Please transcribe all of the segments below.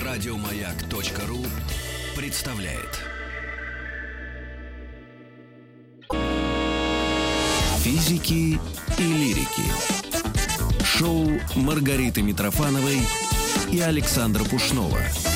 Радиомаяк.ру представляет «Физики и лирики». Шоу Маргариты Митрофановой и Александра Пушнова.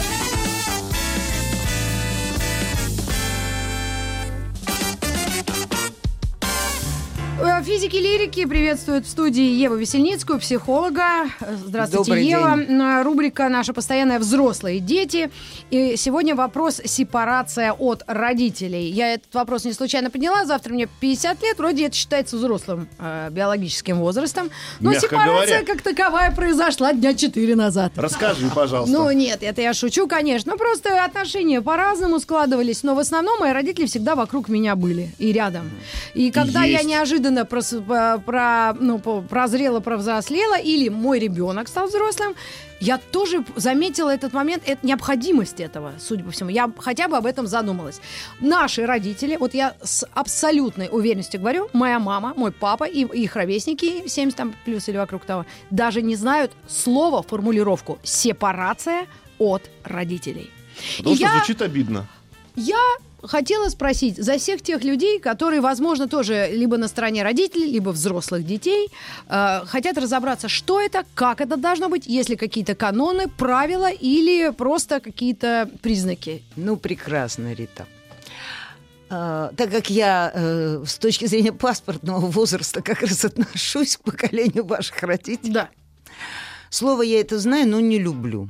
Физики-лирики приветствуют в студии Еву Весельницкую, психолога. Здравствуйте, Добрый Ева. день. Рубрика наша постоянная «Взрослые дети». И сегодня вопрос «Сепарация от родителей». Я этот вопрос не случайно подняла. Завтра мне 50 лет. Вроде это считается взрослым биологическим возрастом. Но Мягко сепарация говоря. как таковая произошла дня 4 назад. Расскажи, пожалуйста. Ну нет, это я шучу, конечно. Ну, просто отношения по-разному складывались. Но в основном мои родители всегда вокруг меня были и рядом. И когда я Есть. неожиданно прозрела, провзрослела, или мой ребенок стал взрослым, я тоже заметила этот момент, необходимость этого, судя по всему. Я хотя бы об этом задумалась. Наши родители, вот я с абсолютной уверенностью говорю, моя мама, мой папа и их ровесники, 70 там плюс или вокруг того, даже не знают слова, формулировку «сепарация от родителей». Потому И что звучит обидно. я хотела спросить за всех тех людей, которые, возможно, тоже либо на стороне родителей, либо взрослых детей, хотят разобраться, что это, как это должно быть, есть ли какие-то каноны, правила или просто какие-то признаки. Ну, прекрасно, Рита. Так как я с точки зрения паспортного возраста как раз отношусь к поколению ваших родителей, Да. слово я это знаю, но не люблю.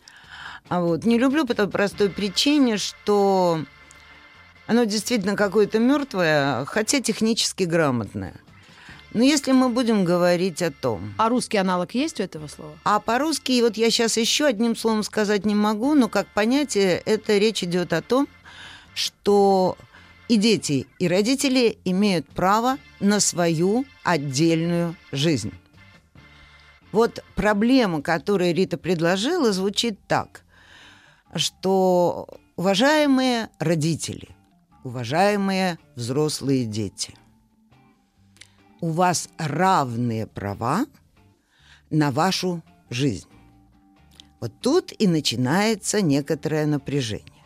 Не люблю по той простой причине, что оно действительно какое-то мертвое, хотя технически грамотное. Но если мы будем говорить о том... А русский аналог есть у этого слова? А по-русски, вот я сейчас еще одним словом сказать не могу, но как понятие, это речь идет о том, что и дети, и родители имеют право на свою отдельную жизнь. Вот проблема, которую Рита предложила, звучит так, что уважаемые родители, уважаемые взрослые дети, у вас равные права на вашу жизнь. Вот тут и начинается некоторое напряжение.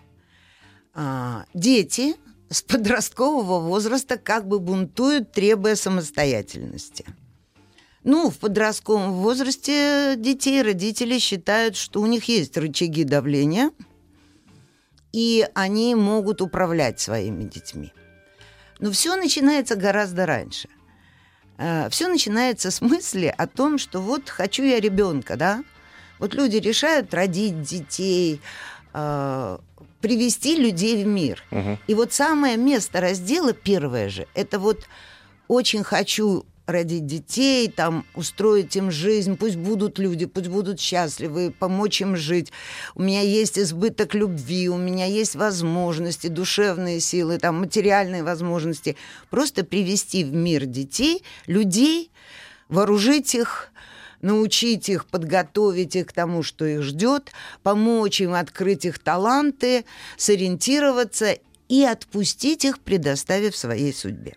Дети с подросткового возраста как бы бунтуют, требуя самостоятельности. В подростковом возрасте детей родители считают, что у них есть рычаги давления, и они могут управлять своими детьми. Но все начинается гораздо раньше. Все начинается с мысли о том, что вот хочу я ребенка, да? Вот люди решают родить детей, привести людей в мир. Угу. И вот самое место раздела, первое же, это вот очень хочу родить детей, там, устроить им жизнь, пусть будут люди, пусть будут счастливы, помочь им жить. У меня есть избыток любви, у меня есть возможности, душевные силы, там, материальные возможности. Просто привести в мир детей, людей, вооружить их, научить их, подготовить их к тому, что их ждет, помочь им открыть их таланты, сориентироваться и отпустить их, предоставив своей судьбе.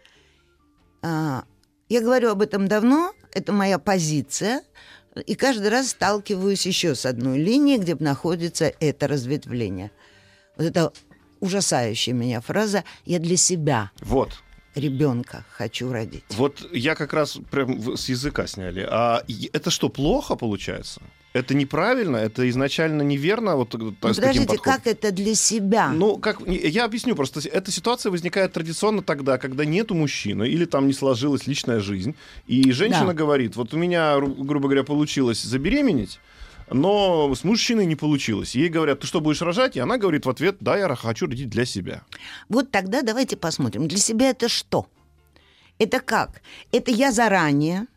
Я говорю об этом давно, это моя позиция, и каждый раз сталкиваюсь еще с одной линией, где находится это разветвление. Вот это ужасающая меня фраза «я для себя Вот. ребенка хочу родить». Вот я как раз прям с языка сняли. А это что, плохо получается? Это неправильно? Это изначально неверно? Вот, с таким Подождите, подходом? как это для себя? Я объясню просто. Эта ситуация возникает традиционно тогда, когда нету мужчины или там не сложилась личная жизнь, и женщина говорит, вот у меня, грубо говоря, получилось забеременеть, но с мужчиной не получилось. Ей говорят, ты что, будешь рожать? И она говорит в ответ, да, я хочу родить для себя. Вот тогда давайте посмотрим. Для себя это что? Это как? Это я заранее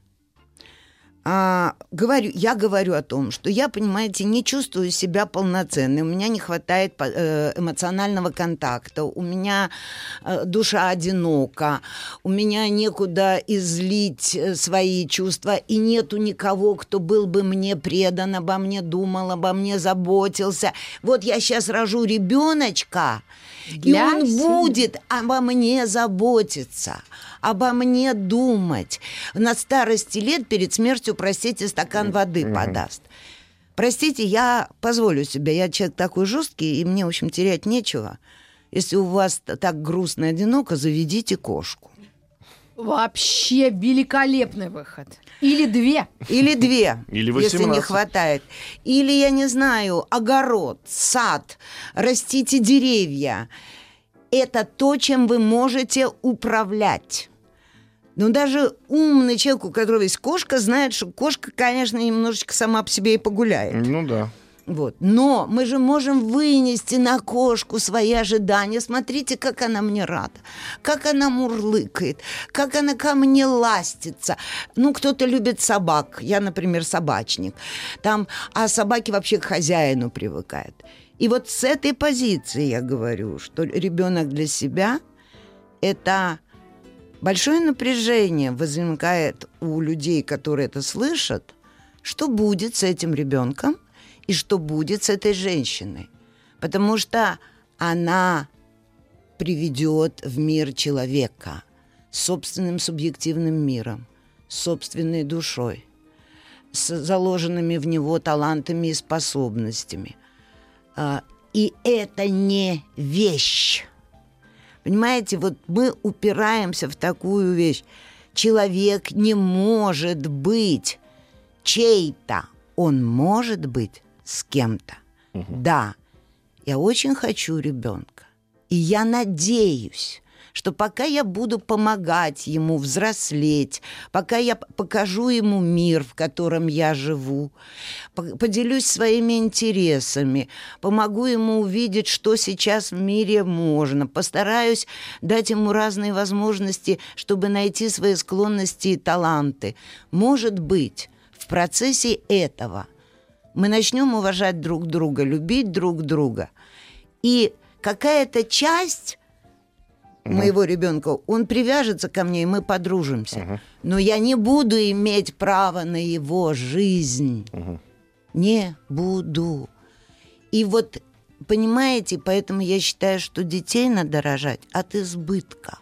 говорю о том, что я, понимаете, не чувствую себя полноценной, у меня не хватает эмоционального контакта, у меня душа одинока, у меня некуда излить свои чувства, и нету никого, кто был бы мне предан, обо мне думал, обо мне заботился. Вот я сейчас рожу ребеночка, и он будет обо мне заботиться, обо мне думать. На старости лет перед смертью, простите, стакан воды подаст. Простите, я позволю себе, я человек такой жесткий, и мне, в общем, терять нечего. Если у вас так грустно и одиноко, заведите кошку. Вообще великолепный выход. Или 2. Или 2, Или 18. если не хватает. Или, я не знаю, огород, сад, растите деревья. Это то, чем вы можете управлять. Но даже умный человек, у которого есть кошка, знает, что кошка, конечно, немножечко сама по себе и погуляет. Ну да. Вот. Но мы же можем вынести на кошку свои ожидания. Смотрите, как она мне рада, как она мурлыкает, как она ко мне ластится. Ну, кто-то любит собак. Я, например, собачник. А собаки вообще к хозяину привыкают. И вот с этой позиции я говорю, что ребенок для себя – это большое напряжение возникает у людей, которые это слышат, что будет с этим ребенком, и что будет с этой женщиной. Потому что она приведет в мир человека с собственным субъективным миром, с собственной душой, с заложенными в него талантами и способностями. И это не вещь. Понимаете, вот мы упираемся в такую вещь. Человек не может быть чей-то. Он может быть с кем-то. Да, я очень хочу ребенка. И я надеюсь, что пока я буду помогать ему взрослеть, пока я покажу ему мир, в котором я живу, поделюсь своими интересами, помогу ему увидеть, что сейчас в мире можно, постараюсь дать ему разные возможности, чтобы найти свои склонности и таланты. Может быть, в процессе этого мы начнем уважать друг друга, любить друг друга. И какая-то часть моего ребенка, он привяжется ко мне, и мы подружимся. Но я не буду иметь права на его жизнь. Не буду. И вот, понимаете, поэтому я считаю, что детей надо рожать от избытка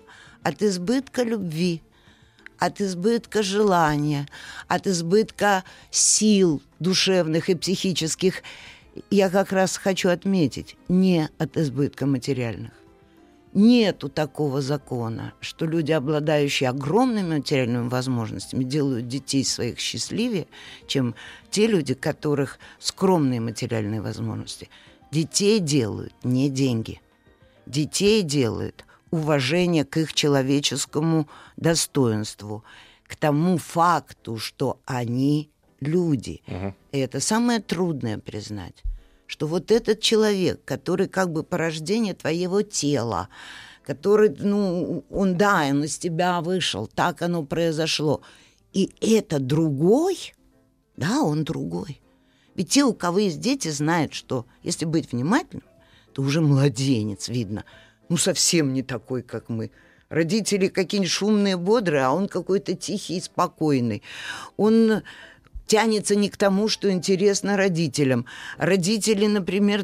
любви, от избытка желания, от избытка сил душевных и психических. Я как раз хочу отметить, не от избытка материальных. Нету такого закона, что люди, обладающие огромными материальными возможностями, делают детей своих счастливее, чем те люди, у которых скромные материальные возможности. Детей делают не деньги. Детей делают уважение к их человеческому достоинству, к тому факту, что они люди. И это самое трудное признать, что вот этот человек, который как бы порождение твоего тела, который, он из тебя вышел, так оно произошло. И это другой, да, он другой. Ведь те, у кого есть дети, знают, что если быть внимательным, то уже младенец, видно, совсем не такой, как мы. Родители какие-нибудь шумные, бодрые, а он какой-то тихий и спокойный. Он тянется не к тому, что интересно родителям. Родители, например,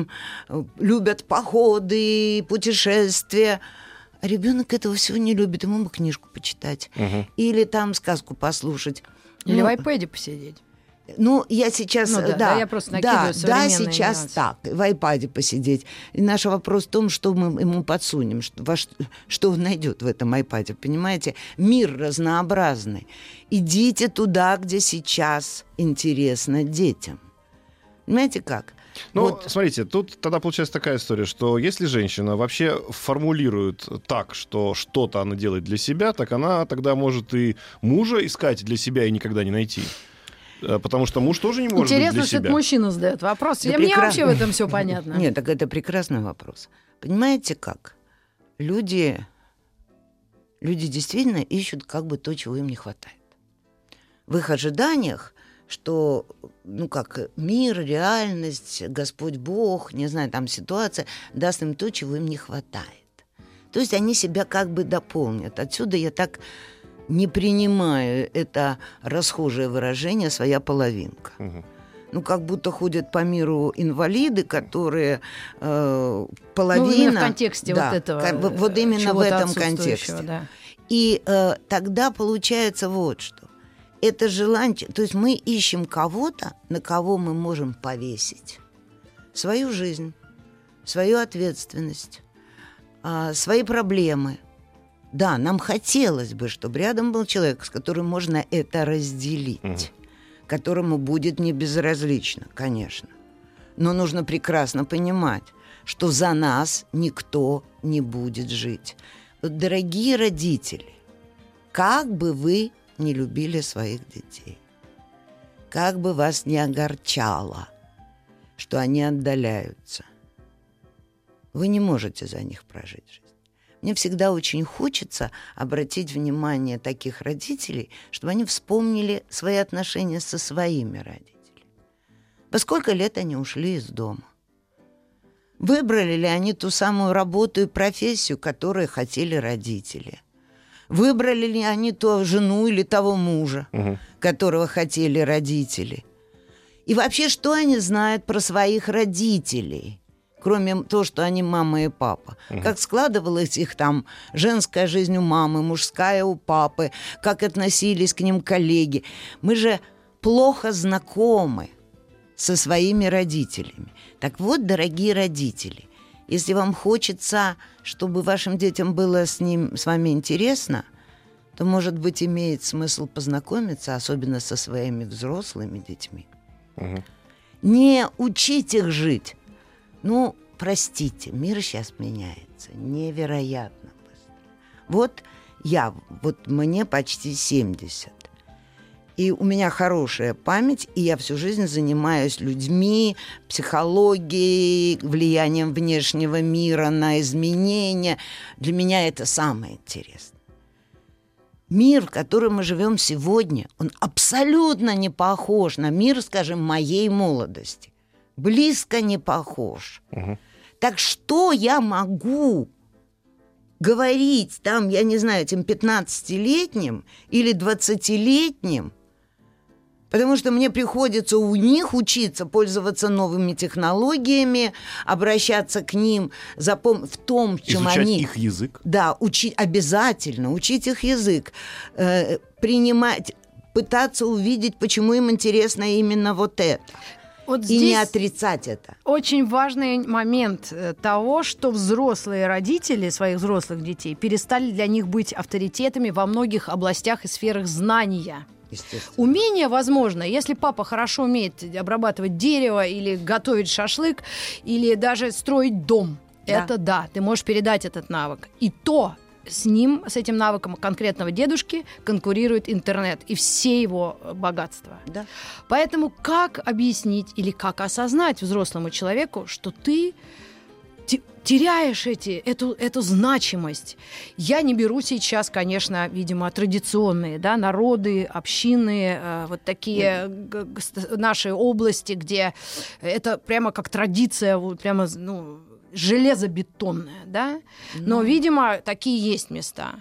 любят походы, путешествия. А ребенок этого всего не любит. Ему бы книжку почитать. Или сказку послушать. Или в iPad посидеть. Я сейчас... я просто накидываю современные сейчас нюансы. так, в iPad посидеть. И наш вопрос в том, что мы ему подсунем, что он найдет в этом iPad, понимаете? Мир разнообразный. Идите туда, где сейчас интересно детям. Понимаете как? Смотрите, тут тогда получается такая история, что если женщина вообще формулирует так, что что-то она делает для себя, так она тогда может и мужа искать для себя и никогда не найти. Потому что муж тоже не может быть для себя. Интересно, что это мужчина задает вопрос. Да мне вообще в этом все понятно. Нет, так это прекрасный вопрос. Понимаете как? Люди действительно ищут как бы то, чего им не хватает. В их ожиданиях, что, мир, реальность, Господь Бог, не знаю, ситуация даст им то, чего им не хватает. То есть они себя как бы дополнят. Отсюда я так не принимаю это расхожее выражение «своя половинка». Как будто ходят по миру инвалиды, которые половина... именно в контексте да, вот этого. Вот именно в этом контексте. Да. И тогда получается вот что. это желание... То есть мы ищем кого-то, на кого мы можем повесить свою жизнь, свою ответственность, свои проблемы. Да, нам хотелось бы, чтобы рядом был человек, с которым можно это разделить, которому будет не безразлично, конечно. Но нужно прекрасно понимать, что за нас никто не будет жить. Вот, дорогие родители, как бы вы не любили своих детей, как бы вас не огорчало, что они отдаляются, вы не можете за них прожить жизнь. Мне всегда очень хочется обратить внимание таких родителей, чтобы они вспомнили свои отношения со своими родителями. Во сколько лет они ушли из дома? Выбрали ли они ту самую работу и профессию, которую хотели родители? Выбрали ли они ту жену или того мужа, которого хотели родители? И вообще, что они знают про своих родителей, кроме того, что они мама и папа? Как складывалась их там женская жизнь у мамы, мужская у папы, как относились к ним коллеги. Мы же плохо знакомы со своими родителями. Так вот, дорогие родители, если вам хочется, чтобы вашим детям было с вами интересно, то, может быть, имеет смысл познакомиться, особенно со своими взрослыми детьми. Не учить их жить. Ну, простите, мир сейчас меняется невероятно быстро. Вот мне почти 70. И у меня хорошая память, и я всю жизнь занимаюсь людьми, психологией, влиянием внешнего мира на изменения. Для меня это самое интересное. Мир, в котором мы живем сегодня, он абсолютно не похож на мир, скажем, моей молодости. Близко не похож. Так что я могу говорить там, я не знаю, этим 15-летним или 20-летним, потому что мне приходится у них учиться пользоваться новыми технологиями, обращаться к ним в том, чем изучать они... их язык. Да, обязательно учить их язык, принимать, пытаться увидеть, почему им интересно именно вот это. Вот и не отрицать это. Очень важный момент того, что взрослые родители своих взрослых детей перестали для них быть авторитетами во многих областях и сферах знания. Умение возможно, если папа хорошо умеет обрабатывать дерево или готовить шашлык, или даже строить дом. Да. Это да, ты можешь передать этот навык. И то с этим навыком конкретного дедушки конкурирует интернет и все его богатства. Да. Поэтому как объяснить или как осознать взрослому человеку, что ты теряешь эту значимость? Я не беру сейчас, конечно, видимо, традиционные, да, народы, общины, вот такие наши области, где это прямо как традиция, вот прямо, железобетонная, да? Но, видимо, такие есть места.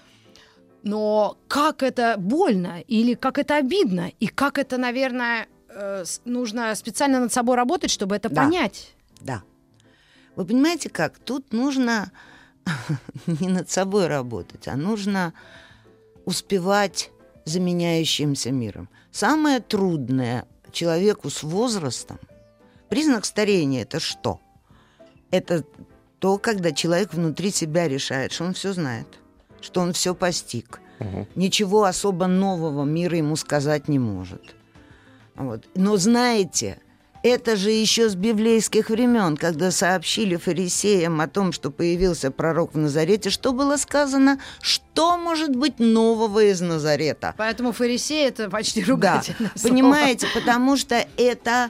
Но как это больно или как это обидно, и как это, наверное, нужно специально над собой работать, чтобы это понять. Да. Вы понимаете как? Тут нужно не над собой работать, а нужно успевать за меняющимся миром. Самое трудное человеку с возрастом, признак старения – это что? Это то, когда человек внутри себя решает, что он все знает, что он все постиг. Ничего особо нового мир ему сказать не может. Вот. Но знаете, это же еще с библейских времен, когда сообщили фарисеям о том, что появился пророк в Назарете, что было сказано, что может быть нового из Назарета. Поэтому фарисей – это почти ругательное слово. Понимаете, потому что это,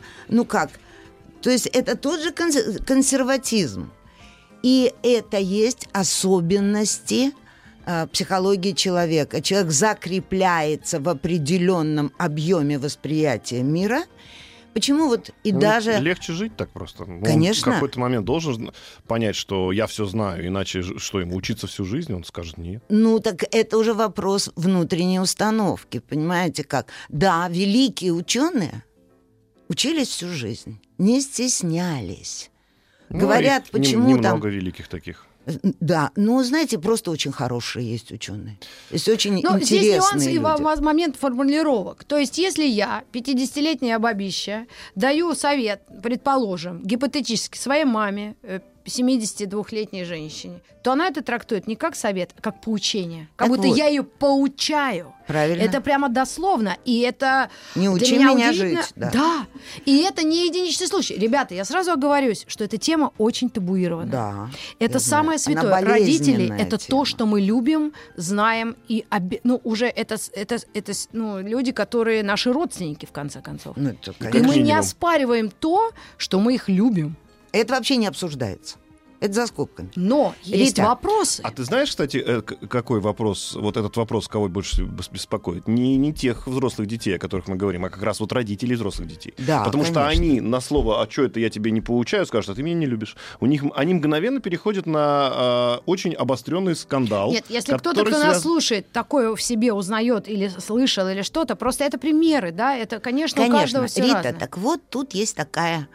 то есть это тот же консерватизм. И это есть особенности психологии человека. Человек закрепляется в определенном объеме восприятия мира. Почему даже... Легче жить так просто. Конечно. Он в какой-то момент должен понять, что я все знаю, иначе что, ему учиться всю жизнь? Он скажет нет. Так это уже вопрос внутренней установки, понимаете как? Да, великие ученые учились всю жизнь, не стеснялись. Говорят, почему немного великих таких. Да, но, знаете, просто очень хорошие есть ученые. Есть очень Но интересные здесь нюанс и люди. момент формулировок. То есть, если я, 50-летняя бабища, даю совет, предположим, гипотетически своей маме, 72-летней женщине, то она это трактует не как совет, а как поучение. Как Так будто вот. я ее поучаю. Правильно. Это прямо дословно. И это Не учи для меня меня удивительно. жить, да. Да. И это не единичный случай. Ребята, я сразу оговорюсь, что эта тема очень табуирована. Да, Это я самое знаю. святое. Она Родители болезненная это тема. то, что мы любим, знаем и уже это люди, которые наши родственники в конце концов. Ну, это, И конечно. мы не минимум. оспариваем то, что мы их любим. Это вообще не обсуждается. Это за скобками. Но есть Рита, вопросы. А ты знаешь, кстати, какой вопрос, вот этот вопрос, кого больше всего беспокоит? Не тех взрослых детей, о которых мы говорим, а как раз вот родителей взрослых детей. Да, Потому что конечно. они на слово «а что это я тебе не поучаю» скажут, а ты меня не любишь. Они мгновенно переходят на очень обостренный скандал. Нет, если кто-то, который кто нас связан- слушает, такое в себе узнает или слышал, или что-то, просто это примеры, да, это, конечно, у Конечно, каждого все Рита, разное. так вот тут есть такая...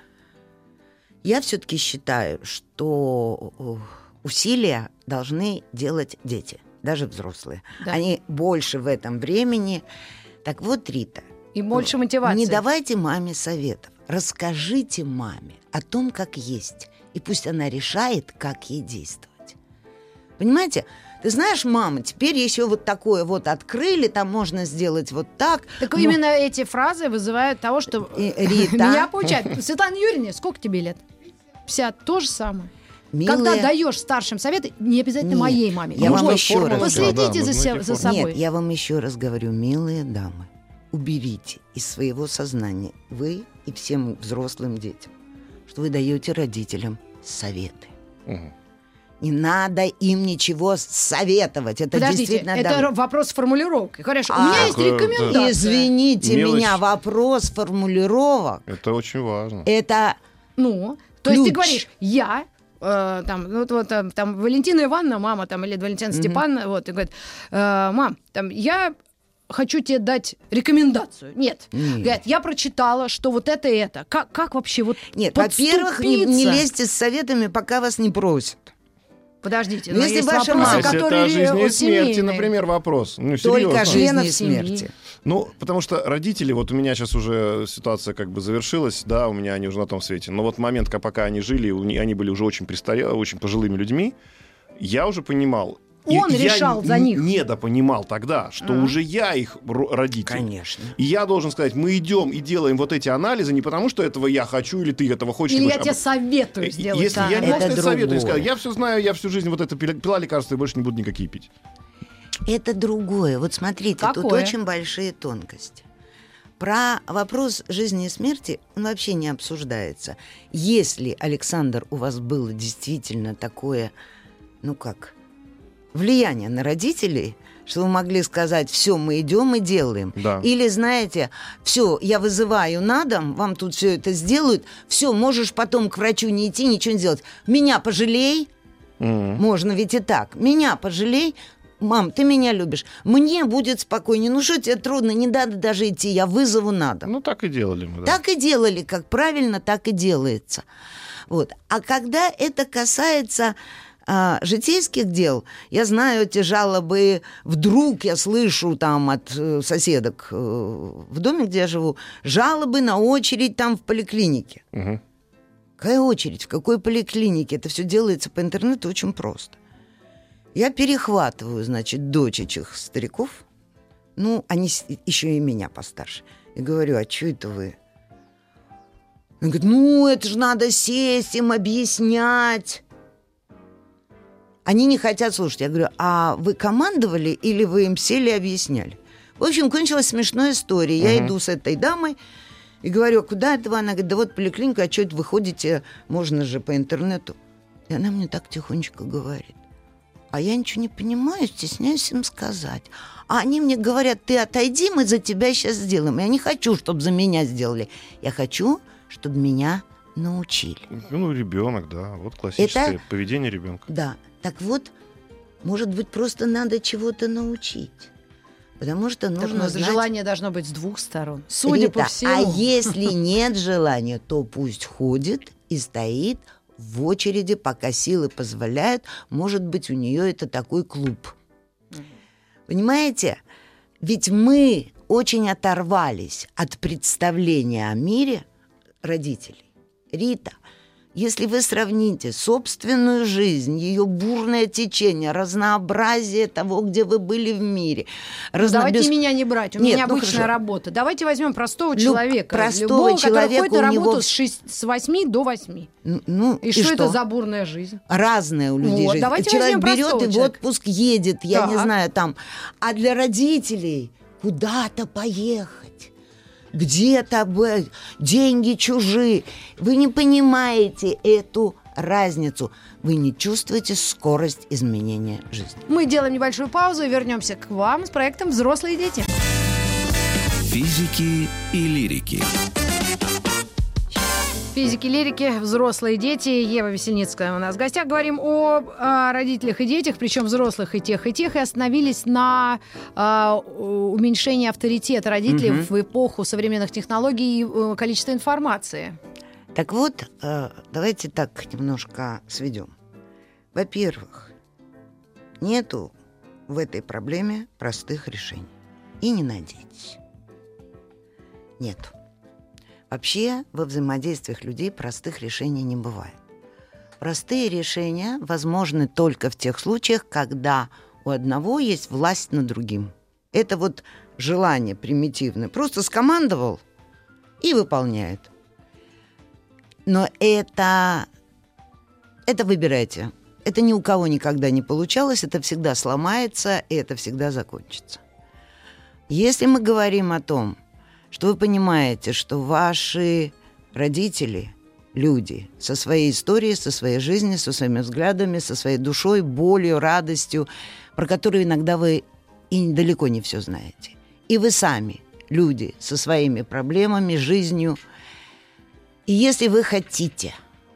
Я все-таки считаю, что усилия должны делать дети, даже взрослые. Да. Они больше в этом времени. Так вот, Рита, И больше мотивации. не давайте маме советов. Расскажите маме о том, как есть. И пусть она решает, как ей действовать. Понимаете? Ты знаешь, мама, теперь еще вот такое вот открыли, там можно сделать вот так. Так Ну, именно эти фразы вызывают того, что Рита. меня поучают. Светлана Юрьевна, сколько тебе лет? 50, то же самое. милая, Когда даешь старшим советы, не обязательно Нет, моей маме. я Можно вам еще формула, раз Последите да, за, нужно найти за формулу. собой. Нет, я вам еще раз говорю, милые дамы, уберите из своего сознания, вы и всем взрослым детям, что вы даете родителям советы. Мгм. Не надо им ничего советовать. Это Подождите, действительно это давно. вопрос формулировки. Хорошо, у А, меня есть такое, рекомендация. Извините Мелочь. меня, вопрос формулировок. Это очень важно. Это Ну, то есть ты Ключ. говоришь, я, там, Валентина Ивановна, мама, там, или Валентина Степановна, вот, и говорит, мам, там, я хочу тебе дать рекомендацию. Нет. Говорят, я прочитала, что вот это и это. Как вообще вот нет. Во-первых, не подступиться? лезьте с советами, пока вас не просят. Подождите, Ну, но если есть ваша вопросы, мама- Если которые это о жизни и вот смерти, семейные. например, вопрос. Ну, Только серьезно. жизни Членов и семьи. смерти. Ну, потому что родители, вот у меня сейчас уже ситуация как бы завершилась, да, у меня они уже на том свете. Но вот момент, пока они жили, они были уже очень очень пожилыми людьми, я уже понимал. Он решал за них. Недопонимал тогда, что уже я их родитель. Конечно. И я должен сказать, мы идем и делаем вот эти анализы не потому, что этого я хочу, или ты этого хочешь. Или не я хочешь, тебе советую сделать. Если так. я не Это могу сказать советую, другое. сказать, я все знаю, я всю жизнь вот это пила лекарства и больше не буду никакие пить. Это другое. Вот смотрите, тут Какое? очень большие тонкости. Про вопрос жизни и смерти он вообще не обсуждается. Если, Александр, у вас было действительно такое, влияние на родителей, что вы могли сказать, все, мы идем и делаем. Да. Или, знаете, все, я вызываю на дом, вам тут все это сделают, все, можешь потом к врачу не идти, ничего не делать. Меня пожалей, можно ведь и так. Меня пожалей, мам, ты меня любишь. Мне будет спокойнее. Ну что тебе трудно, не надо даже идти, я вызову на дом. Ну, так и делали мы, да. Так и делали, как правильно, так и делается. Вот. А когда это касается житейских дел, я знаю эти жалобы, вдруг я слышу там от соседок в доме, где я живу, жалобы на очередь там в поликлинике. Мгм. Какая очередь? В какой поликлинике? Это все делается по интернету очень просто. Я перехватываю, значит, дочечих стариков, они еще и меня постарше, и говорю, а что это вы? Он говорит, это же надо сесть, им объяснять. Они не хотят слушать. Я говорю, а вы командовали или вы им сели и объясняли? В общем, кончилась смешная история. Я иду с этой дамой и говорю, куда это вы? Она говорит, да вот поликлиника, а что это вы ходите? Можно же по интернету. И она мне так тихонечко говорит. А я ничего не понимаю, стесняюсь им сказать. А они мне говорят, ты отойди, мы за тебя сейчас сделаем. Я не хочу, чтобы за меня сделали. Я хочу, чтобы меня научили. Ну, ребенок, да. Вот классическое Это- поведение ребенка. Да, так вот, может быть, просто надо чего-то научить. Потому что Так, нужно но знать... желание должно быть с двух сторон. Судя Рита, по всему. а если нет желания, то пусть ходит и стоит в очереди, пока силы позволяют. Может быть, у нее это такой клуб. Понимаете? Ведь мы очень оторвались от представления о мире родителей. Рита, если вы сравните собственную жизнь, ее бурное течение, разнообразие того, где вы были в мире. Давайте меня не брать, у меня обычная работа. Давайте возьмем простого человека. Простого человека, который ходит на работу с 8 до 8. И что это за бурная жизнь? Разная у людей жизнь. Человек берет и в отпуск едет, я не знаю, там. А для родителей куда-то поехать. Где-то деньги чужие. Вы не понимаете эту разницу. Вы не чувствуете скорость изменения жизни. Мы делаем небольшую паузу и вернемся к вам с проектом «Взрослые дети». Физики и лирики. Физики, лирики, взрослые дети. Ева Весельницкая у нас в гостях. Говорим о родителях и детях, причем взрослых и тех, и остановились на уменьшении авторитета родителей в эпоху современных технологий и количества информации. Так вот, давайте так немножко сведем. Во-первых, нету в этой проблеме простых решений. И не надейтесь. Нету. Вообще, во взаимодействиях людей простых решений не бывает. Простые решения возможны только в тех случаях, когда у одного есть власть над другим. Это вот желание примитивное. Просто скомандовал и выполняет. Но это выбирайте. Это ни у кого никогда не получалось, это всегда сломается, и это всегда закончится. Если мы говорим о том, что вы понимаете, что ваши родители, люди со своей историей, со своей жизнью, со своими взглядами, со своей душой, болью, радостью, про которую иногда вы и далеко не все знаете. И вы сами, люди со своими проблемами, жизнью. И если вы хотите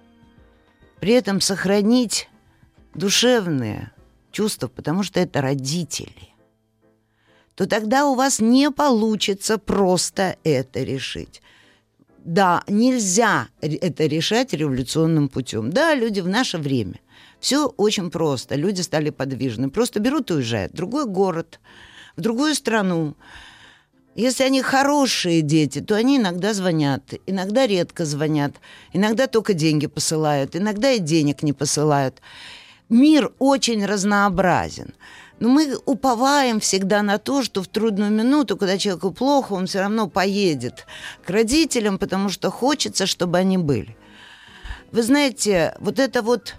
при этом сохранить душевные чувства, потому что это родители, то тогда у вас не получится просто это решить. Да, нельзя это решать революционным путем. Да, люди в наше время. Все очень просто. Люди стали подвижны. Просто берут и уезжают в другой город, в другую страну. Если они хорошие дети, то они иногда звонят, иногда редко звонят, иногда только деньги посылают, иногда и денег не посылают. Мир очень разнообразен. Но мы уповаем всегда на то, что в трудную минуту, когда человеку плохо, он все равно поедет к родителям, потому что хочется, чтобы они были. Вы знаете, вот эта вот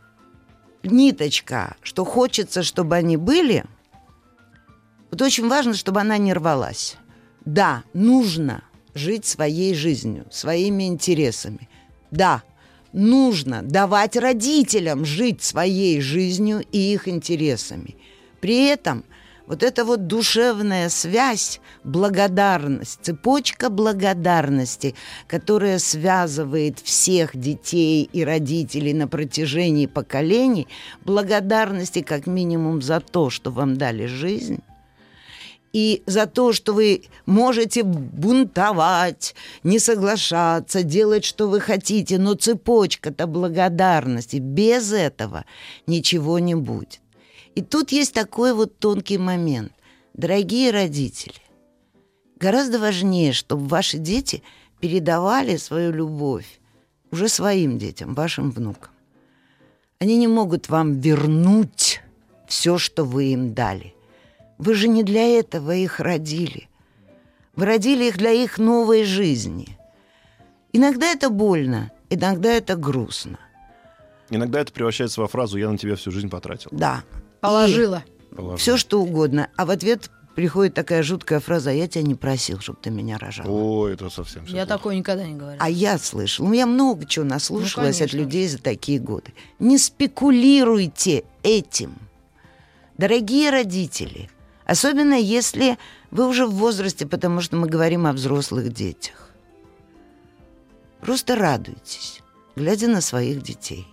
ниточка, что хочется, чтобы они были, вот очень важно, чтобы она не рвалась. Да, нужно жить своей жизнью, своими интересами. Да, нужно давать родителям жить своей жизнью и их интересами. При этом вот эта вот душевная связь, благодарность, цепочка благодарности, которая связывает всех детей и родителей на протяжении поколений, благодарности как минимум за то, что вам дали жизнь, и за то, что вы можете бунтовать, не соглашаться, делать, что вы хотите, но цепочка-то благодарности, без этого ничего не будет. И тут есть такой вот тонкий момент. Дорогие родители, гораздо важнее, чтобы ваши дети передавали свою любовь уже своим детям, вашим внукам. Они не могут вам вернуть все, что вы им дали. Вы же не для этого их родили. Вы родили их для их новой жизни. Иногда это больно, иногда это грустно. Иногда это превращается во фразу «я на тебя всю жизнь потратил». Да. Положила. Все, что угодно. А в ответ приходит такая жуткая фраза: «Я тебя не просил, чтобы ты меня рожала». О, это совсем все. Я такое никогда не говорю. А я слышала. Я много чего наслушалась от людей за такие годы. Не спекулируйте этим. Дорогие родители, особенно если вы уже в возрасте, потому что мы говорим о взрослых детях. Просто радуйтесь, глядя на своих детей.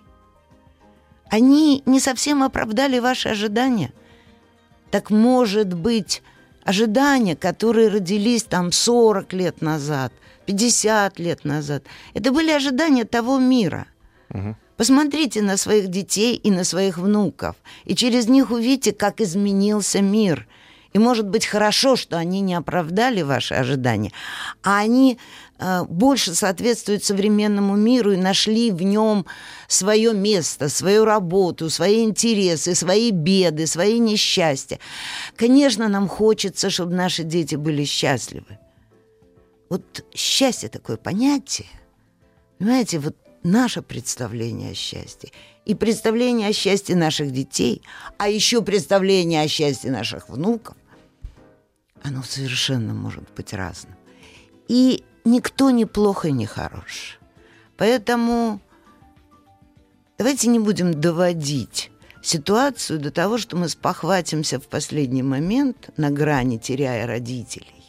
Они не совсем оправдали ваши ожидания. Так может быть, ожидания, которые родились там 40 лет назад, 50 лет назад, это были ожидания того мира. Угу. Посмотрите на своих детей и на своих внуков, и через них увидите, как изменился мир. И, может быть, хорошо, что они не оправдали ваши ожидания, а они больше соответствуют современному миру и нашли в нем свое место, свою работу, свои интересы, свои беды, свои несчастья. Конечно, нам хочется, чтобы наши дети были счастливы. Вот счастье такое понятие, понимаете, вот наше представление о счастье и представление о счастье наших детей, а еще представление о счастье наших внуков, оно совершенно может быть разным. И никто не плох и не хорош. Поэтому давайте не будем доводить ситуацию до того, что мы спохватимся в последний момент, на грани теряя родителей.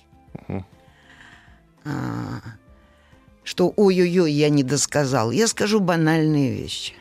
Что ой-ой-ой, я не досказал. Я скажу банальные вещи.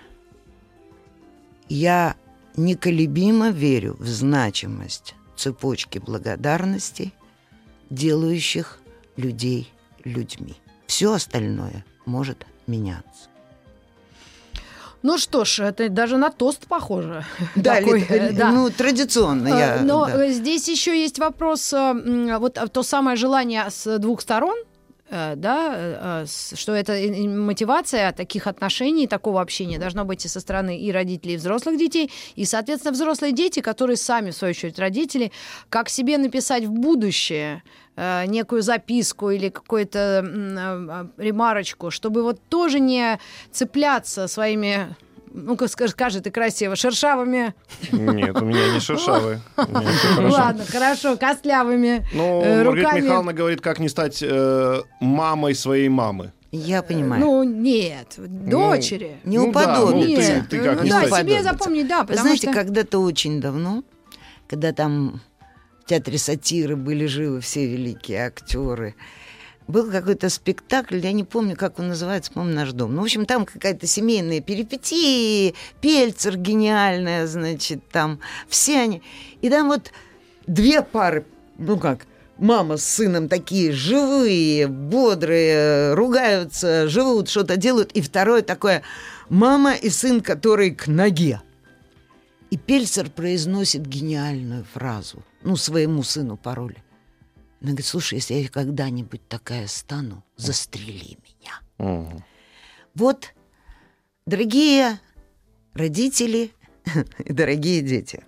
Я неколебимо верю в значимость цепочки благодарностей, делающих людей людьми. Все остальное может меняться. Ну что ж, это даже на тост похоже. Да, Такой, да. Ну, традиционно. Но здесь еще есть вопрос, вот то самое желание с двух сторон, да, что это мотивация таких отношений, такого общения должно быть и со стороны и родителей, и взрослых детей, и, соответственно, взрослые дети, которые сами, в свою очередь, родители, как себе написать в будущее некую записку или какую-то ремарочку, чтобы вот тоже не цепляться своими... Ну-ка, скажи ты красиво, шершавыми. Нет, у меня не шершавые. Ладно, хорошо, костлявыми руками. Маргарита Михайловна говорит, как не стать мамой своей мамы. Я понимаю. Ну, нет, дочери. Не уподобиться. Нет, ты как не да, стать? себе запомнить, да, Вы потому знаете, что... когда-то очень давно, когда там в театре сатиры были живы все великие актеры, был какой-то спектакль, я не помню, как он называется, по-моему, «Наш дом». Ну, в общем, там какая-то семейная перипетия, Пельцер гениальная, значит, там все они. И там вот две пары, ну как, мама с сыном такие живые, бодрые, ругаются, живут, что-то делают. И второе такое, мама и сын, который к ноге. И Пельцер произносит гениальную фразу, ну, своему сыну по роли. Она говорит, слушай, если я когда-нибудь такая стану, застрели меня. Вот, дорогие родители и дорогие дети.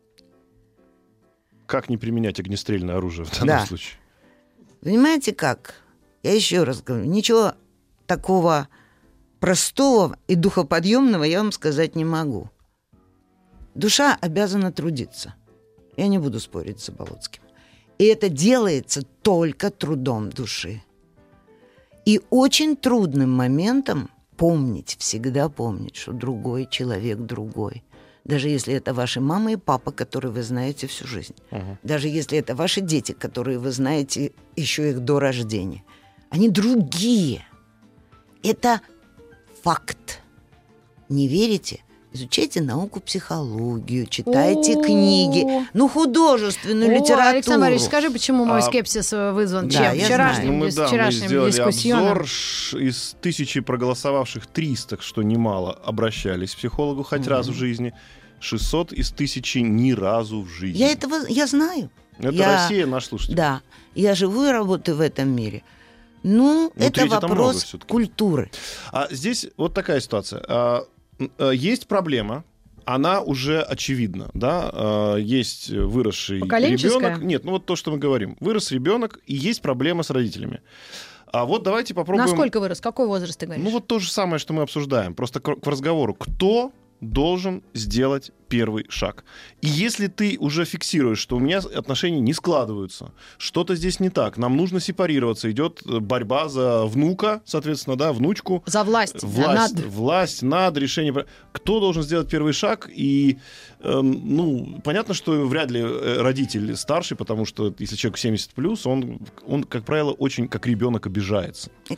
Как не применять огнестрельное оружие в данном случае? Понимаете как? Я еще раз говорю, ничего такого простого и духоподъемного я вам сказать не могу. Душа обязана трудиться. Я не буду спорить с Заболоцким. И это делается только трудом души. И очень трудным моментом помнить, всегда помнить, что другой человек другой. Даже если это ваши мама и папа, которые вы знаете всю жизнь. Даже если это ваши дети, которые вы знаете еще их до рождения. Они другие. Это факт. Не верите? Изучайте науку, психологию, читайте книги, ну, художественную литературу. Александр Борисович, скажи, почему мой скепсис вызван вчерашним мы сделали дискуссионом? обзор, из 1000 проголосовавших 300, что немало, обращались к психологу хоть раз в жизни, 600 из 1000 ни разу в жизни. Я знаю. Это Россия, наш слушатель. Да, я живу и работаю в этом мире. Ну, это вопрос культуры. А здесь вот такая ситуация. Есть проблема, она уже очевидна, да, есть выросший ребенок. Нет, ну вот то, что мы говорим. Вырос ребенок, и есть проблема с родителями. А вот давайте попробуем... Насколько вырос? Какой возраст ты говоришь? Ну вот то же самое, что мы обсуждаем. Просто к разговору. Кто должен сделать первый шаг? И если ты уже фиксируешь, что у меня отношения не складываются, что-то здесь не так, нам нужно сепарироваться, идет борьба за внука, соответственно, да, внучку. За власть. Власть над решением. Кто должен сделать первый шаг? И, ну, понятно, что вряд ли родитель старший, потому что если человек 70+, он, как правило, очень как ребенок обижается. И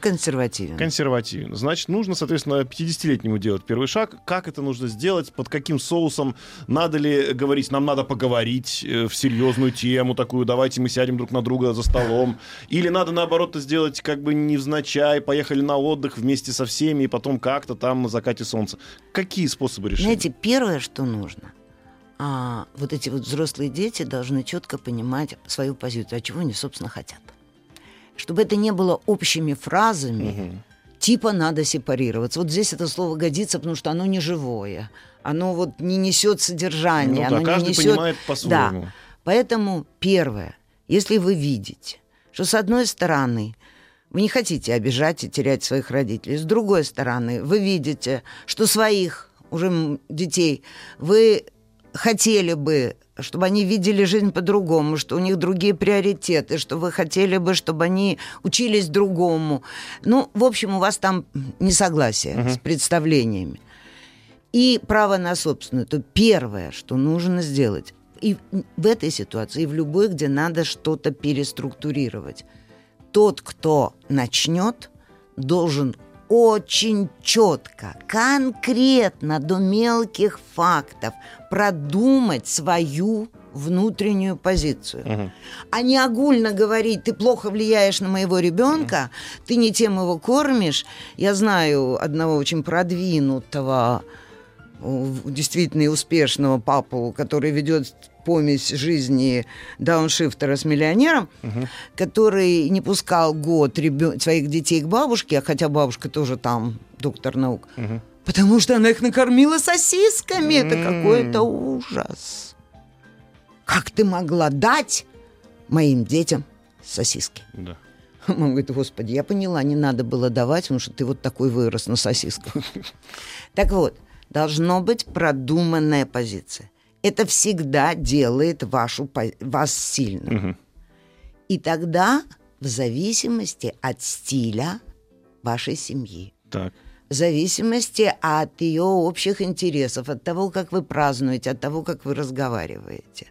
консервативен. Значит, нужно, соответственно, 50-летнему делать первый шаг. Как это нужно сделать? Под каким соусом? надо ли говорить, нам надо поговорить в серьезную тему такую, давайте мы сядем друг на друга за столом, или надо, наоборот, сделать как бы невзначай, поехали на отдых вместе со всеми, и потом как-то там на закате солнца. Какие способы решения? Знаете, первое, что нужно, вот эти вот взрослые дети должны четко понимать свою позицию, а чего они, собственно, хотят. Чтобы это не было общими фразами, типа надо сепарироваться. Вот здесь это слово годится, потому что оно не живое. Оно вот не несет содержания. Ну, да, оно каждый не несет... понимает по-своему. Да. Поэтому первое, если вы видите, что с одной стороны вы не хотите обижать и терять своих родителей, с другой стороны вы видите, что своих уже детей вы хотели бы, чтобы они видели жизнь по-другому, что у них другие приоритеты, что вы хотели бы, чтобы они учились другому. Ну, в общем, у вас там несогласие с представлениями. И право на собственную. То первое, что нужно сделать, и в этой ситуации, и в любой, где надо что-то переструктурировать, тот, кто начнет, должен очень четко, конкретно, до мелких фактов продумать свою внутреннюю позицию. А не огульно говорить, ты плохо влияешь на моего ребенка, ты не тем его кормишь. Я знаю одного очень продвинутого, действительно и успешного папу, который ведет помесь жизни дауншифтера с миллионером, который не пускал год своих детей к бабушке, хотя бабушка тоже там доктор наук, потому что она их накормила сосисками. Это какой-то ужас. Как ты могла дать моим детям сосиски? Да. Мама говорит, господи, я поняла, не надо было давать, потому что ты вот такой вырос на сосисках. Так вот, должна быть продуманная позиция. Это всегда делает вас сильным. И тогда, в зависимости от стиля вашей семьи, Так. в зависимости от ее общих интересов, от того, как вы празднуете, от того, как вы разговариваете,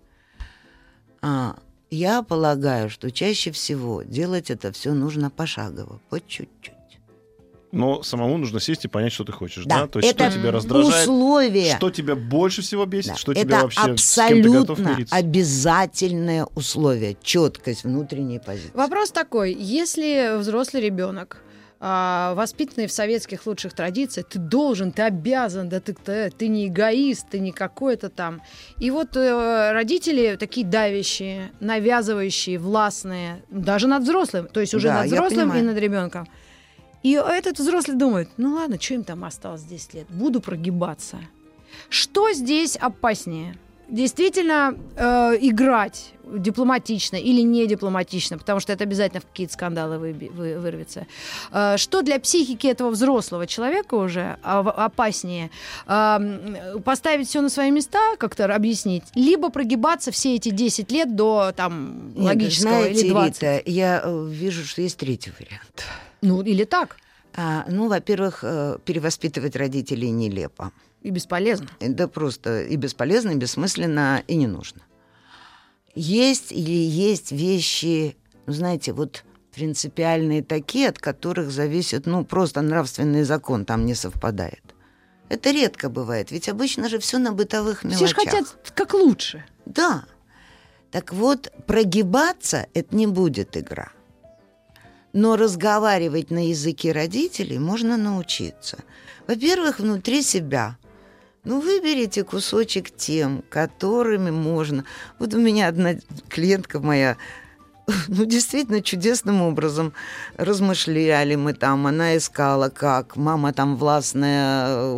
я полагаю, что чаще всего делать это все нужно пошагово, по чуть-чуть. Но самому нужно сесть и понять, что ты хочешь, да? Да, То есть, это что тебя раздражает, условие. что тебя больше всего бесит, Да, что это тебя вообще, с кем ты готов абсолютно мириться. обязательное условие, четкость внутренней позиции. Вопрос такой: если взрослый ребенок, воспитанный в советских лучших традициях, ты должен, ты обязан, да ты не эгоист, ты не какой-то там. И вот родители такие давящие, навязывающие, властные, даже над взрослым, то есть уже Да, над я взрослым и понимаю. над ребенком. И этот взрослый думает, ну ладно, что им там осталось 10 лет, буду прогибаться. Что здесь опаснее? Действительно играть дипломатично или не дипломатично, потому что это обязательно в какие-то скандалы вырвется. Что для психики этого взрослого человека уже опаснее? Поставить все на свои места, как-то объяснить, либо прогибаться все эти 10 лет до там, логического, знаете, или 20? Рита, я вижу, что есть третий вариант. Ну, или так. Во-первых, перевоспитывать родителей нелепо. И бесполезно. Это просто и бесполезно, и бессмысленно, и не нужно. Есть вещи, знаете, вот принципиальные такие, от которых зависит, просто нравственный закон там не совпадает. Это редко бывает, ведь обычно же все на бытовых мелочах. Все же хотят как лучше. Да. Так вот, прогибаться – это не будет игра. Но разговаривать на языке родителей можно научиться. Во-первых, внутри себя. Выберите кусочек тем, которыми можно. Вот у меня одна клиентка моя, действительно чудесным образом размышляли мы там. Она искала, как мама там властная.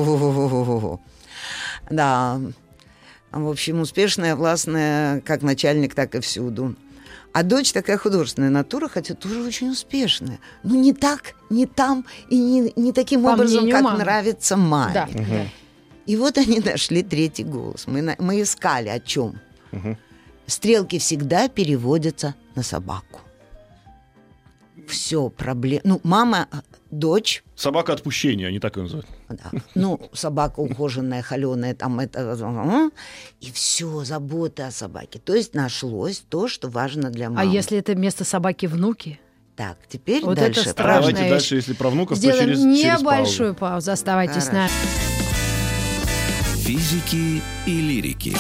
Да. В общем, успешная, властная, как начальник, так и всюду. А дочь такая художественная натура, хотя тоже очень успешная. Не так, не там и не таким По образом, мнению как мамы. нравится маме. Да. Мгм. И вот они нашли третий голос. Мы искали о чем. Стрелки всегда переводятся на собаку. Все, проблема. Мама, дочь. Собака отпущения, они так ее называют. Да. Собака ухоженная, холеная, там это. И все, забота о собаке. То есть нашлось то, что важно для мамы. А если это вместо собаки внуки? Так, теперь Вот дальше. это страшно. Давайте вещь. дальше, если про внуков, то Сделаем через небольшую паузу. паузу. Оставайтесь с Хорошо. нами. Физики и лирики.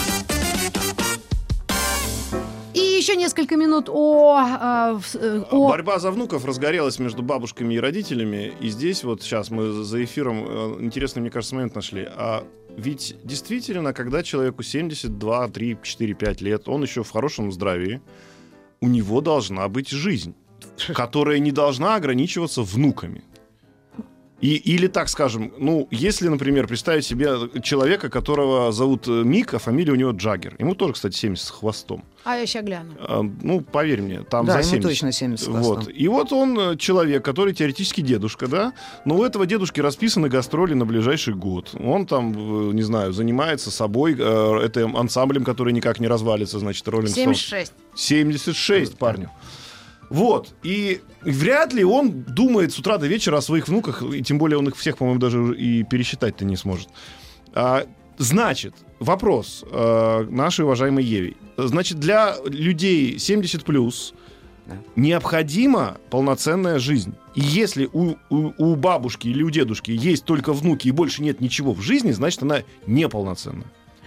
И еще несколько минут о... Борьба за внуков разгорелась между бабушками и родителями. И здесь вот сейчас мы за эфиром интересный, мне кажется, момент нашли. А ведь действительно, когда человеку 72, 3, 4, 5 лет, он еще в хорошем здравии, у него должна быть жизнь, которая не должна ограничиваться внуками. Или так скажем, если, например, представить себе человека, которого зовут Мик, а фамилия у него Джаггер. Ему тоже, кстати, 70 с хвостом. А я сейчас гляну. Поверь мне, там да, за 70. ему точно 70 с хвостом. Вот. И вот он человек, который теоретически дедушка, да? Но у этого дедушки расписаны гастроли на ближайший год. Он там, не знаю, занимается собой, этим ансамблем, который никак не развалится, значит, Роллинг Стоунс. 76. 76 парню. Вот. И вряд ли он думает с утра до вечера о своих внуках, и тем более он их всех, по-моему, даже и пересчитать-то не сможет. Значит, вопрос нашей уважаемой Еве. Значит, для людей 70+, необходима полноценная жизнь. И если у бабушки или у дедушки есть только внуки и больше нет ничего в жизни, значит, она неполноценна.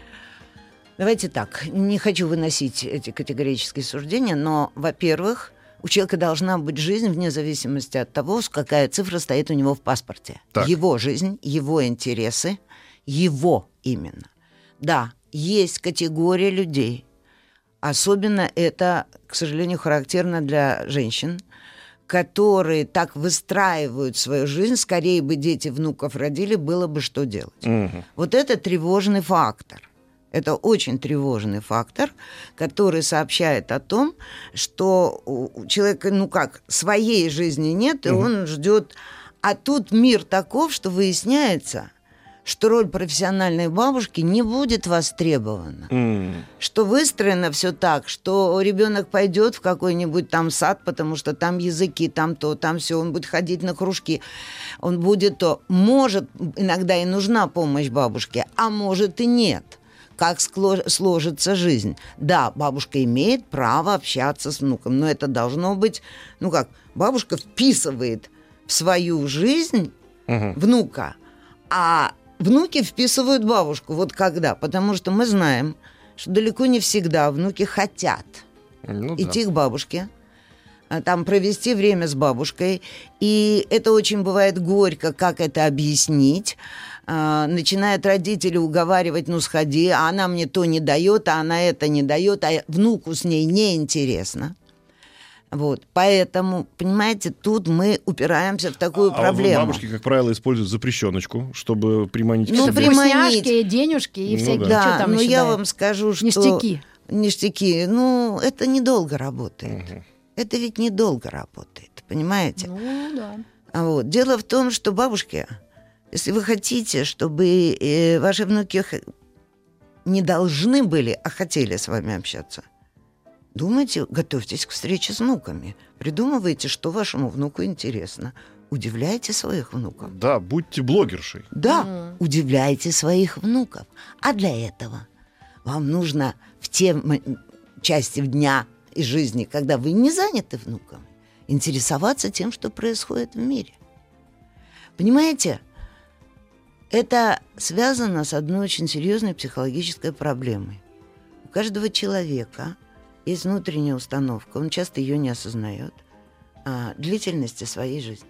Давайте так, не хочу выносить эти категорические суждения, но, во-первых, у человека должна быть жизнь вне зависимости от того, какая цифра стоит у него в паспорте. Так. Его жизнь, его интересы, его именно. Да, есть категория людей, особенно это, к сожалению, характерно для женщин, которые так выстраивают свою жизнь, скорее бы дети внуков родили, было бы что делать. Угу. Вот это тревожный фактор. Это очень тревожный фактор, который сообщает о том, что у человека, своей жизни нет, и он ждет. А тут мир таков, что выясняется, что роль профессиональной бабушки не будет востребована. Что выстроено все так, что ребенок пойдет в какой-нибудь там сад, потому что там языки, там то, там все, он будет ходить на кружки, он будет то. Может, иногда и нужна помощь бабушке, а может и нет. Как сложится жизнь. Да, бабушка имеет право общаться с внуком, но это должно быть, бабушка вписывает в свою жизнь внука, а внуки вписывают бабушку. Вот когда? Потому что мы знаем, что далеко не всегда внуки хотят идти к бабушке, там провести время с бабушкой, и это очень бывает горько, как это объяснить. Начинают родители уговаривать, сходи, а она мне то не дает, а она это не дает, а внуку с ней неинтересно. Вот, поэтому, понимаете, тут мы упираемся в такую проблему. Бабушки, как правило, используют запрещеночку, чтобы приманить к себе. Вкусняшки, денежки и всякие. Да, что там еще я вам скажу, что... Ништяки. Это недолго работает. Это ведь недолго работает, понимаете? Да. Вот. Дело в том, что бабушки... Если вы хотите, чтобы ваши внуки не должны были, а хотели с вами общаться, думайте, готовьтесь к встрече с внуками. Придумывайте, что вашему внуку интересно. Удивляйте своих внуков. Да, будьте блогершей. Да, удивляйте своих внуков. А для этого вам нужно в те части дня и жизни, когда вы не заняты внуком, интересоваться тем, что происходит в мире. Понимаете? Это связано с одной очень серьезной психологической проблемой. У каждого человека есть внутренняя установка, он часто ее не осознает, длительности своей жизни.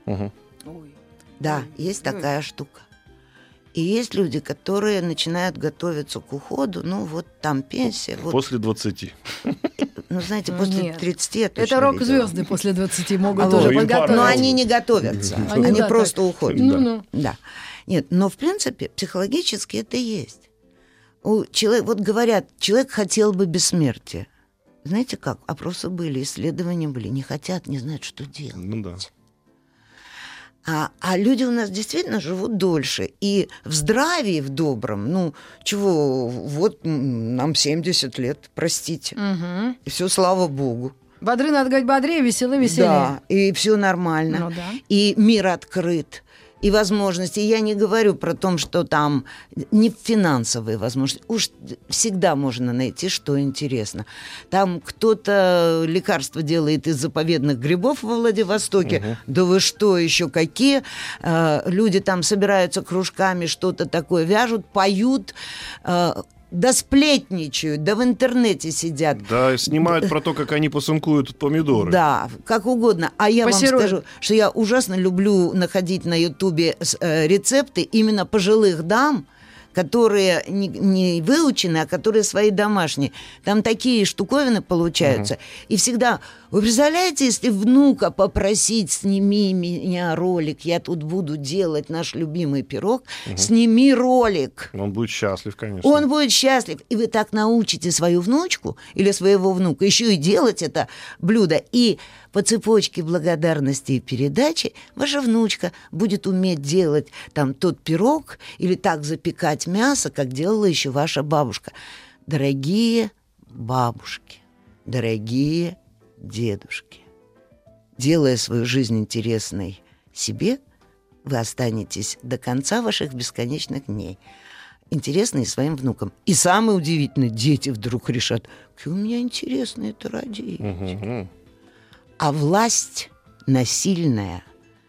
Да, есть такая штука. И есть люди, которые начинают готовиться к уходу, там пенсия. После 20. Знаете, после 30 я точно это рок-звезды после 20 могут тоже подготовиться. Но они не готовятся, они просто уходят. Да. Нет, но в принципе психологически это есть. Вот говорят, человек хотел бы бессмертия. Знаете как? Опросы были, исследования были. Не хотят, не знают, что делать. А люди у нас действительно живут дольше. И в здравии, в добром, вот нам 70 лет, простите. И все, слава богу. Бодры, надо говорить, бодрее, веселее. Да, и все нормально. И мир открыт. и возможности. Я не говорю про то, что там не финансовые возможности. Уж всегда можно найти, что интересно. Там кто-то лекарства делает из заповедных грибов во Владивостоке. Да вы что, еще какие? Люди там собираются кружками, что-то такое вяжут, поют, да сплетничают, да в интернете сидят. Да, снимают про то, как они посынкуют помидоры. Да, как угодно. А я вам скажу, что я ужасно люблю находить на Ютубе рецепты именно пожилых дам, которые не выучены, а которые свои домашние. Там такие штуковины получаются. И всегда... Вы представляете, если внука попросить, сними меня ролик, я тут буду делать наш любимый пирог, сними ролик. Он будет счастлив, конечно. Он будет счастлив. И вы так научите свою внучку или своего внука еще и делать это блюдо. И по цепочке благодарности и передачи ваша внучка будет уметь делать там тот пирог или так запекать мясо, как делала еще ваша бабушка. Дорогие бабушки, дорогие дедушки, делая свою жизнь интересной себе, вы останетесь до конца ваших бесконечных дней интересные своим внукам. И самое удивительное, дети вдруг решат, какие у меня интересные это родители. А власть насильная.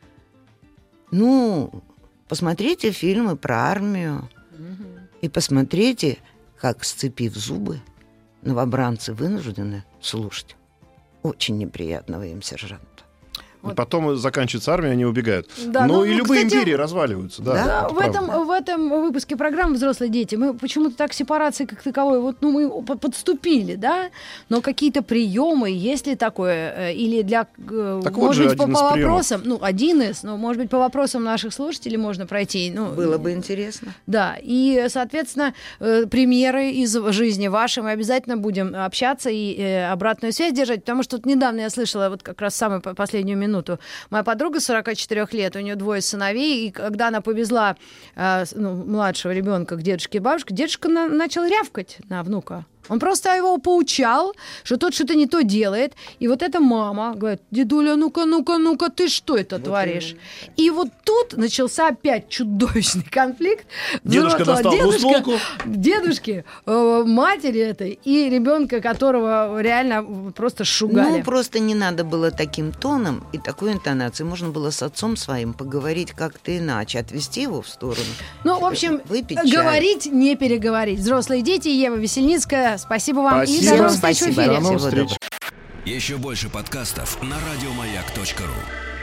Ну, посмотрите фильмы про армию и посмотрите, как, сцепив зубы, новобранцы вынуждены слушать очень неприятного им сержанта. Вот. Потом заканчивается армия, они убегают. Да, и любые кстати, империи разваливаются. Да, в этом выпуске программы «Взрослые дети» мы почему-то так сепарации как таковой, мы подступили, да? Но какие-то приемы, есть ли такое? Или для... Так может быть, по вопросам... приемов. Один из, но, может быть, по вопросам наших слушателей можно пройти. Было бы интересно. Да, и, соответственно, примеры из жизни вашей мы обязательно будем общаться и обратную связь держать, потому что недавно я слышала, вот как раз самую последнюю минуту, моя подруга 44 лет, у нее 2 сыновей, и когда она повезла младшего ребенка к дедушке и бабушке, дедушка начал рявкать на внука. Он просто его поучал, что тот что-то не то делает. И вот эта мама говорит: дедуля, ну-ка, ты что это творишь? И вот тут начался опять чудовищный конфликт. Дедушка достал двустволку. Дедушки, матери этой и ребенка, которого реально просто шугали. Просто не надо было таким тоном и такой интонацией. Можно было с отцом своим поговорить как-то иначе, отвести его в сторону. В общем, говорить, не переговорить. Взрослые дети, Ева Весельницкая. Спасибо вам. Спасибо. И до новых встреч в эфире. До новых встреч. Еще больше подкастов на радиомаяк.ру.